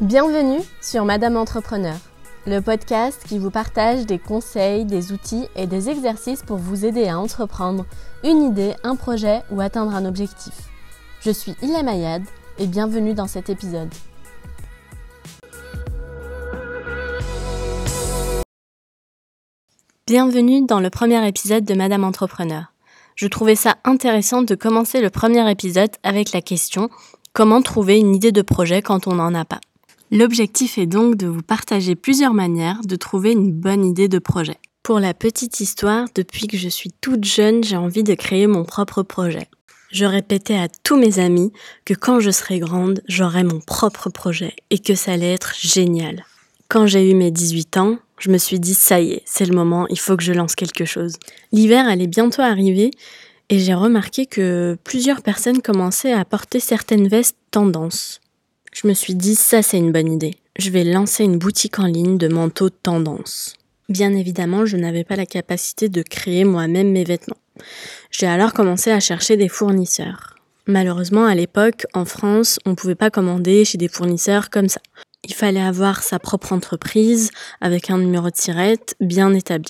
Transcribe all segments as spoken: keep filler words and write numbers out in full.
Bienvenue sur Madame Entrepreneur, le podcast qui vous partage des conseils, des outils et des exercices pour vous aider à entreprendre une idée, un projet ou atteindre un objectif. Je suis Ilham Ayad et bienvenue dans cet épisode. Bienvenue dans le premier épisode de Madame Entrepreneur. Je trouvais ça intéressant de commencer le premier épisode avec la question « Comment trouver une idée de projet quand on n'en a pas ?» L'objectif est donc de vous partager plusieurs manières de trouver une bonne idée de projet. Pour la petite histoire, depuis que je suis toute jeune, j'ai envie de créer mon propre projet. Je répétais à tous mes amis que quand je serais grande, j'aurais mon propre projet et que ça allait être génial. Quand j'ai eu mes dix-huit ans, je me suis dit « ça y est, c'est le moment, il faut que je lance quelque chose ». L'hiver allait bientôt arriver et j'ai remarqué que plusieurs personnes commençaient à porter certaines vestes tendance. Je me suis dit « ça c'est une bonne idée, je vais lancer une boutique en ligne de manteaux tendance ». Bien évidemment, je n'avais pas la capacité de créer moi-même mes vêtements. J'ai alors commencé à chercher des fournisseurs. Malheureusement, à l'époque, en France, on ne pouvait pas commander chez des fournisseurs comme ça. Il fallait avoir sa propre entreprise avec un numéro de SIRET bien établi.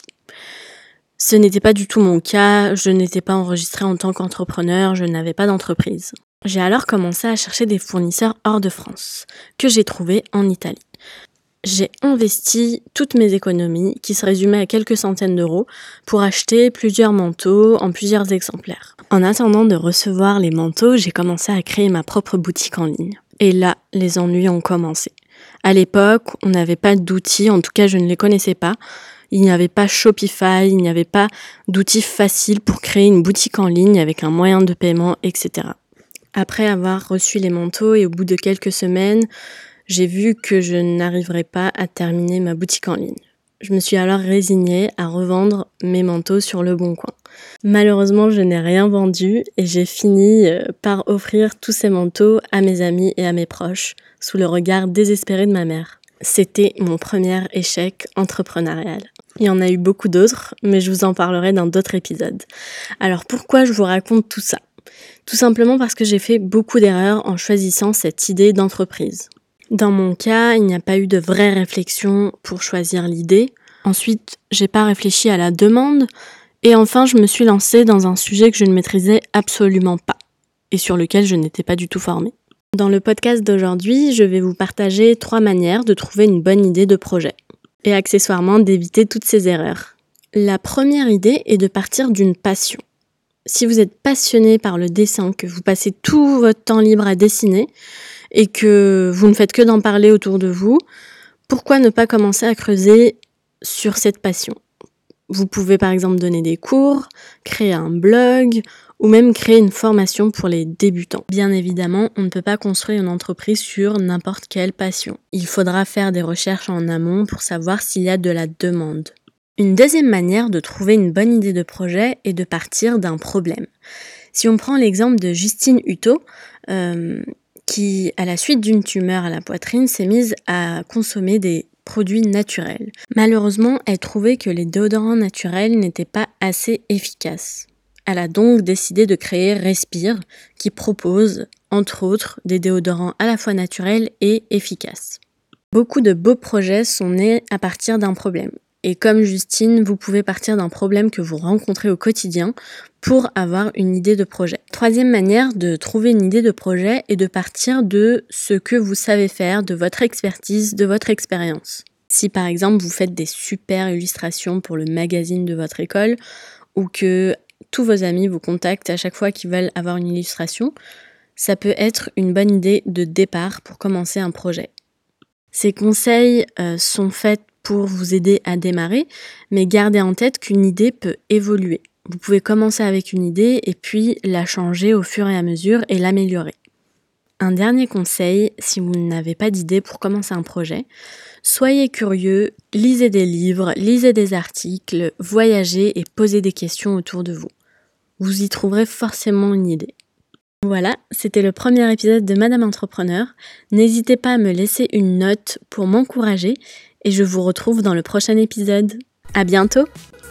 Ce n'était pas du tout mon cas, je n'étais pas enregistrée en tant qu'entrepreneur, je n'avais pas d'entreprise. J'ai alors commencé à chercher des fournisseurs hors de France, que j'ai trouvés en Italie. J'ai investi toutes mes économies, qui se résumaient à quelques centaines d'euros, pour acheter plusieurs manteaux en plusieurs exemplaires. En attendant de recevoir les manteaux, j'ai commencé à créer ma propre boutique en ligne. Et là, les ennuis ont commencé. À l'époque, on n'avait pas d'outils, en tout cas je ne les connaissais pas. Il n'y avait pas Shopify, il n'y avait pas d'outils faciles pour créer une boutique en ligne avec un moyen de paiement, et cetera. Après avoir reçu les manteaux et au bout de quelques semaines, j'ai vu que je n'arriverais pas à terminer ma boutique en ligne. Je me suis alors résignée à revendre mes manteaux sur Le Bon Coin. Malheureusement, je n'ai rien vendu et j'ai fini par offrir tous ces manteaux à mes amis et à mes proches, sous le regard désespéré de ma mère. C'était mon premier échec entrepreneurial. Il y en a eu beaucoup d'autres, mais je vous en parlerai dans d'autres épisodes. Alors pourquoi je vous raconte tout ça ? Tout simplement parce que j'ai fait beaucoup d'erreurs en choisissant cette idée d'entreprise. Dans mon cas, il n'y a pas eu de vraie réflexion pour choisir l'idée. Ensuite, j'ai pas réfléchi à la demande. Et enfin, je me suis lancée dans un sujet que je ne maîtrisais absolument pas et sur lequel je n'étais pas du tout formée. Dans le podcast d'aujourd'hui, je vais vous partager trois manières de trouver une bonne idée de projet et accessoirement d'éviter toutes ces erreurs. La première idée est de partir d'une passion. Si vous êtes passionné par le dessin, que vous passez tout votre temps libre à dessiner et que vous ne faites que d'en parler autour de vous, pourquoi ne pas commencer à creuser sur cette passion ? Vous pouvez par exemple donner des cours, créer un blog ou même créer une formation pour les débutants. Bien évidemment, on ne peut pas construire une entreprise sur n'importe quelle passion. Il faudra faire des recherches en amont pour savoir s'il y a de la demande. Une deuxième manière de trouver une bonne idée de projet est de partir d'un problème. Si on prend l'exemple de Justine Hutto, euh, qui, à la suite d'une tumeur à la poitrine, s'est mise à consommer des produits naturels. Malheureusement, elle trouvait que les déodorants naturels n'étaient pas assez efficaces. Elle a donc décidé de créer Respire, qui propose, entre autres, des déodorants à la fois naturels et efficaces. Beaucoup de beaux projets sont nés à partir d'un problème. Et comme Justine, vous pouvez partir d'un problème que vous rencontrez au quotidien pour avoir une idée de projet. Troisième manière de trouver une idée de projet est de partir de ce que vous savez faire, de votre expertise, de votre expérience. Si par exemple vous faites des super illustrations pour le magazine de votre école ou que tous vos amis vous contactent à chaque fois qu'ils veulent avoir une illustration, ça peut être une bonne idée de départ pour commencer un projet. Ces conseils euh, sont faits pour vous aider à démarrer, mais gardez en tête qu'une idée peut évoluer. Vous pouvez commencer avec une idée et puis la changer au fur et à mesure et l'améliorer. Un dernier conseil, si vous n'avez pas d'idée pour commencer un projet, soyez curieux, lisez des livres, lisez des articles, voyagez et posez des questions autour de vous. Vous y trouverez forcément une idée. Voilà, c'était le premier épisode de Madame Entrepreneur. N'hésitez pas à me laisser une note pour m'encourager et je vous retrouve dans le prochain épisode. À bientôt!